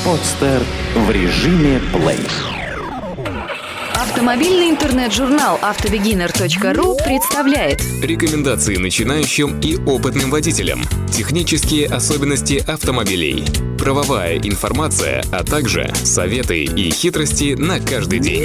Подстер в режиме плей. Автомобильный интернет-журнал автобегинер.ру представляет рекомендации начинающим и опытным водителям, технические особенности автомобилей, правовая информация, а также советы и хитрости на каждый день.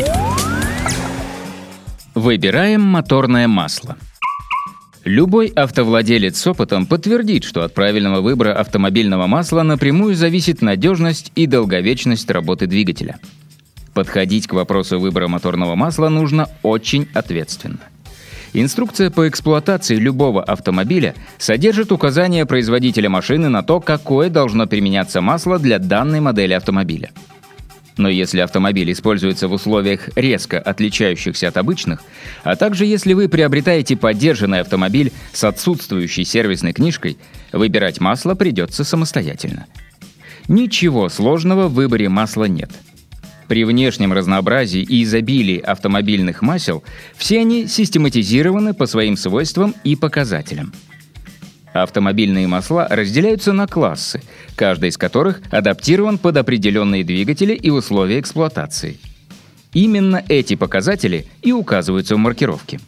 Выбираем моторное масло. Любой автовладелец с опытом подтвердит, что от правильного выбора автомобильного масла напрямую зависит надежность и долговечность работы двигателя. Подходить к вопросу выбора моторного масла нужно очень ответственно. Инструкция по эксплуатации любого автомобиля содержит указания производителя машины на то, какое должно применяться масло для данной модели автомобиля. Но если автомобиль используется в условиях, резко отличающихся от обычных, а также если вы приобретаете подержанный автомобиль с отсутствующей сервисной книжкой, выбирать масло придется самостоятельно. Ничего сложного в выборе масла нет. При внешнем разнообразии и изобилии автомобильных масел все они систематизированы по своим свойствам и показателям. Автомобильные масла разделяются на классы, каждый из которых адаптирован под определенные двигатели и условия эксплуатации. Именно эти показатели и указываются в маркировке.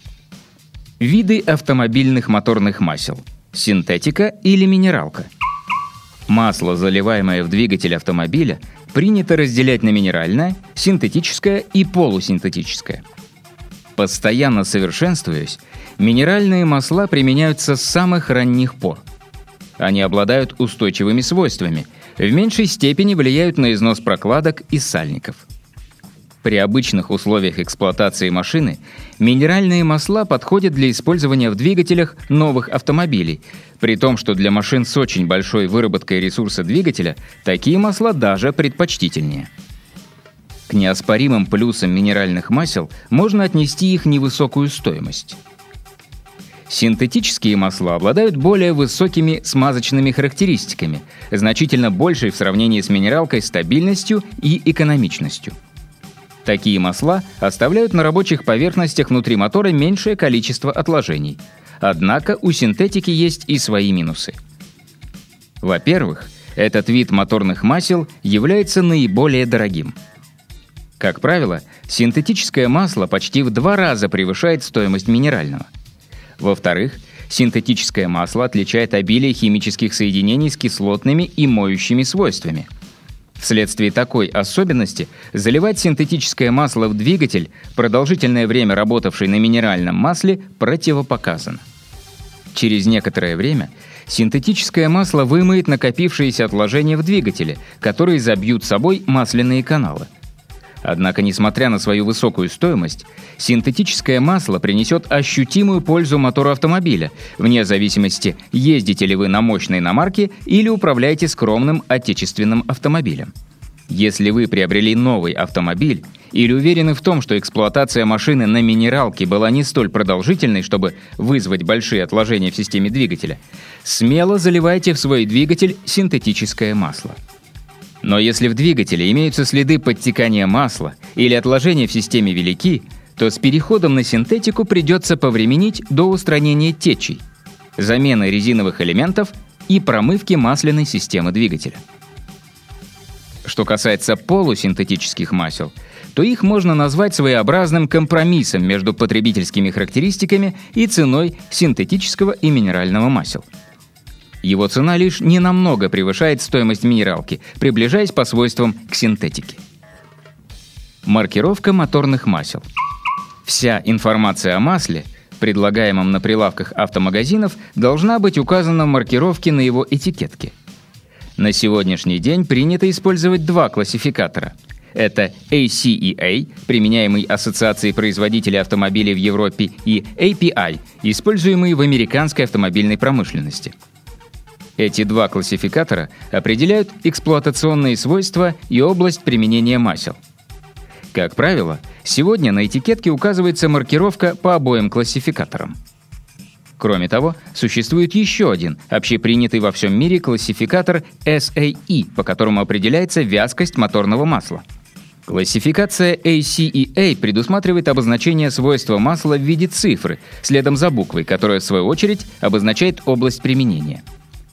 Виды автомобильных моторных масел: синтетика или минералка. Масло, заливаемое в двигатель автомобиля, принято разделять на минеральное, синтетическое и полусинтетическое. Постоянно совершенствуясь, минеральные масла применяются с самых ранних пор. Они обладают устойчивыми свойствами, в меньшей степени влияют на износ прокладок и сальников. При обычных условиях эксплуатации машины минеральные масла подходят для использования в двигателях новых автомобилей, при том, что для машин с очень большой выработкой ресурса двигателя такие масла даже предпочтительнее. К неоспоримым плюсам минеральных масел можно отнести их невысокую стоимость. Синтетические масла обладают более высокими смазочными характеристиками, значительно большей в сравнении с минералкой стабильностью и экономичностью. Такие масла оставляют на рабочих поверхностях внутри мотора меньшее количество отложений. Однако у синтетики есть и свои минусы. Во-первых, этот вид моторных масел является наиболее дорогим. Как правило, синтетическое масло почти в 2 раза превышает стоимость минерального. Во-вторых, синтетическое масло отличает обилие химических соединений с кислотными и моющими свойствами. Вследствие такой особенности заливать синтетическое масло в двигатель, продолжительное время работавший на минеральном масле, противопоказано. Через некоторое время синтетическое масло вымоет накопившиеся отложения в двигателе, которые забьют собой масляные каналы. Однако, несмотря на свою высокую стоимость, синтетическое масло принесет ощутимую пользу мотору автомобиля, вне зависимости, ездите ли вы на мощной иномарке или управляете скромным отечественным автомобилем. Если вы приобрели новый автомобиль или уверены в том, что эксплуатация машины на минералке была не столь продолжительной, чтобы вызвать большие отложения в системе двигателя, смело заливайте в свой двигатель синтетическое масло. Но если в двигателе имеются следы подтекания масла или отложения в системе велики, то с переходом на синтетику придется повременить до устранения течей, замены резиновых элементов и промывки масляной системы двигателя. Что касается полусинтетических масел, то их можно назвать своеобразным компромиссом между потребительскими характеристиками и ценой синтетического и минерального масел. Его цена лишь ненамного превышает стоимость минералки, приближаясь по свойствам к синтетике. Маркировка моторных масел. Вся информация о масле, предлагаемом на прилавках автомагазинов, должна быть указана в маркировке на его этикетке. На сегодняшний день принято использовать 2 классификатора. Это ACEA, применяемый Ассоциацией производителей автомобилей в Европе, и API, используемый в американской автомобильной промышленности. Эти 2 классификатора определяют эксплуатационные свойства и область применения масел. Как правило, сегодня на этикетке указывается маркировка по обоим классификаторам. Кроме того, существует еще один, общепринятый во всем мире классификатор SAE, по которому определяется вязкость моторного масла. Классификация ACEA предусматривает обозначение свойства масла в виде цифры, следом за буквой, которая, в свою очередь, обозначает область применения.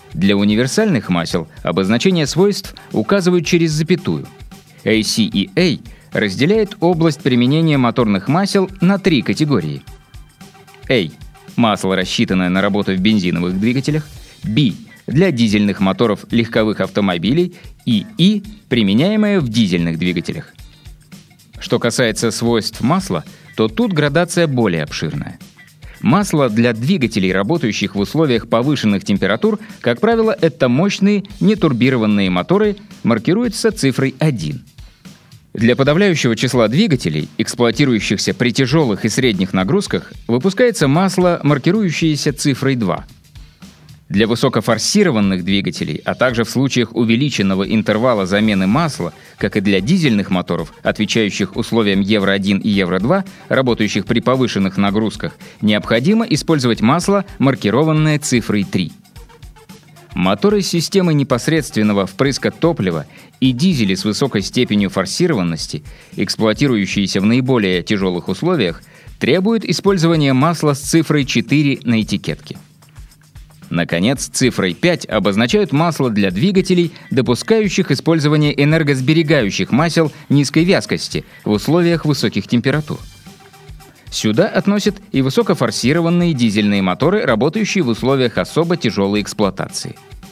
Для универсальных масел обозначение свойств указывают через запятую. ACEA разделяет область применения моторных масел на 3 категории. A. Масло, рассчитанное на работу в бензиновых двигателях. B. Для дизельных моторов легковых автомобилей. И E. Применяемое в дизельных двигателях. Что касается свойств масла, то тут градация более обширная. Масло для двигателей, работающих в условиях повышенных температур, как правило, это мощные нетурбированные моторы, маркируется цифрой 1. Для подавляющего числа двигателей, эксплуатирующихся при тяжелых и средних нагрузках, выпускается масло, маркирующееся цифрой 2. Для высокофорсированных двигателей, а также в случаях увеличенного интервала замены масла, как и для дизельных моторов, отвечающих условиям Евро-1 и Евро-2, работающих при повышенных нагрузках, необходимо использовать масло, маркированное цифрой 3. Моторы системы непосредственного впрыска топлива и дизели с высокой степенью форсированности, эксплуатирующиеся в наиболее тяжелых условиях, требуют использования масла с цифрой 4 на этикетке. Наконец, цифрой 5 обозначают масло для двигателей, допускающих использование энергосберегающих масел низкой вязкости в условиях высоких температур. Сюда относят и высокофорсированные дизельные моторы, работающие в условиях особо тяжелой эксплуатации.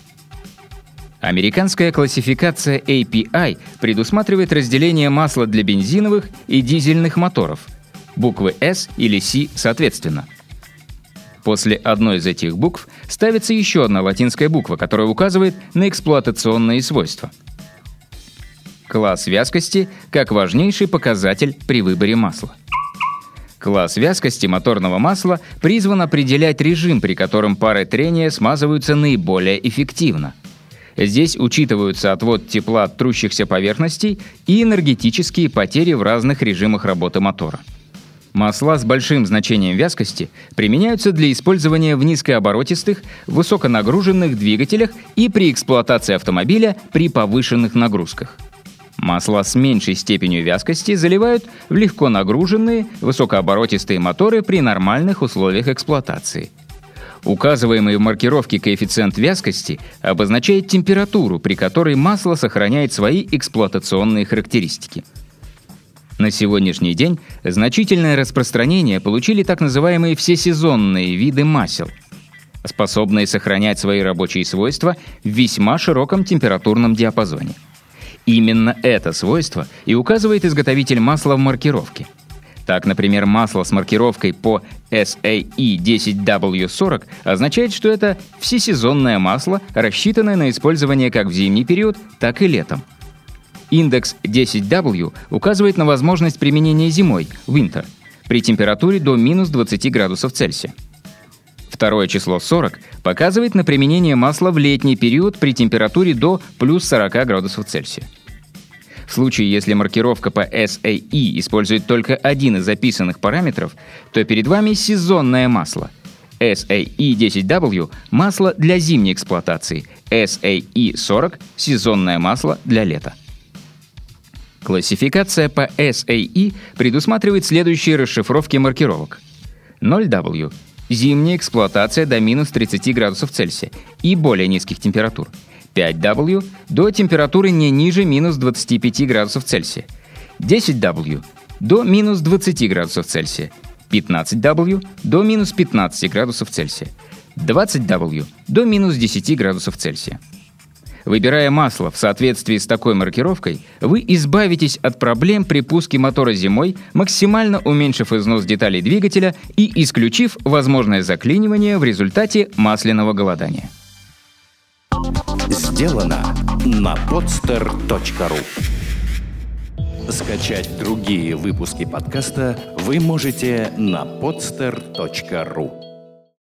Американская классификация API предусматривает разделение масла для бензиновых и дизельных моторов, буквы S или C соответственно. После одной из этих букв ставится еще одна латинская буква, которая указывает на эксплуатационные свойства. Класс вязкости как важнейший показатель при выборе масла. Класс вязкости моторного масла призван определять режим, при котором пары трения смазываются наиболее эффективно. Здесь учитываются отвод тепла от трущихся поверхностей и энергетические потери в разных режимах работы мотора. Масла с большим значением вязкости применяются для использования в низкооборотистых, высоконагруженных двигателях и при эксплуатации автомобиля при повышенных нагрузках. Масла с меньшей степенью вязкости заливают в легко нагруженные, высокооборотистые моторы при нормальных условиях эксплуатации. Указываемый в маркировке коэффициент вязкости обозначает температуру, при которой масло сохраняет свои эксплуатационные характеристики. На сегодняшний день значительное распространение получили так называемые всесезонные виды масел, способные сохранять свои рабочие свойства в весьма широком температурном диапазоне. Именно это свойство и указывает изготовитель масла в маркировке. Так, например, масло с маркировкой по SAE10W40 означает, что это всесезонное масло, рассчитанное на использование как в зимний период, так и летом. Индекс 10W указывает на возможность применения зимой, winter, при температуре до минус 20 градусов Цельсия. Второе число 40 показывает на применение масла в летний период при температуре до плюс 40 градусов Цельсия. В случае, если маркировка по SAE использует только один из записанных параметров, то перед вами сезонное масло. SAE10W – масло для зимней эксплуатации, SAE40 – сезонное масло для лета. Классификация по SAE предусматривает следующие расшифровки маркировок. 0W – зимняя эксплуатация до минус 30 градусов Цельсия и более низких температур. 5W – до температуры не ниже минус 25 градусов Цельсия. 10W – до минус 20 градусов Цельсия. 15W – до минус 15 градусов Цельсия. 20W – до минус 10 градусов Цельсия. Выбирая масло в соответствии с такой маркировкой, вы избавитесь от проблем при пуске мотора зимой, максимально уменьшив износ деталей двигателя и исключив возможное заклинивание в результате масляного голодания. Сделано на podster.ru. Скачать другие выпуски подкаста вы можете на podster.ru.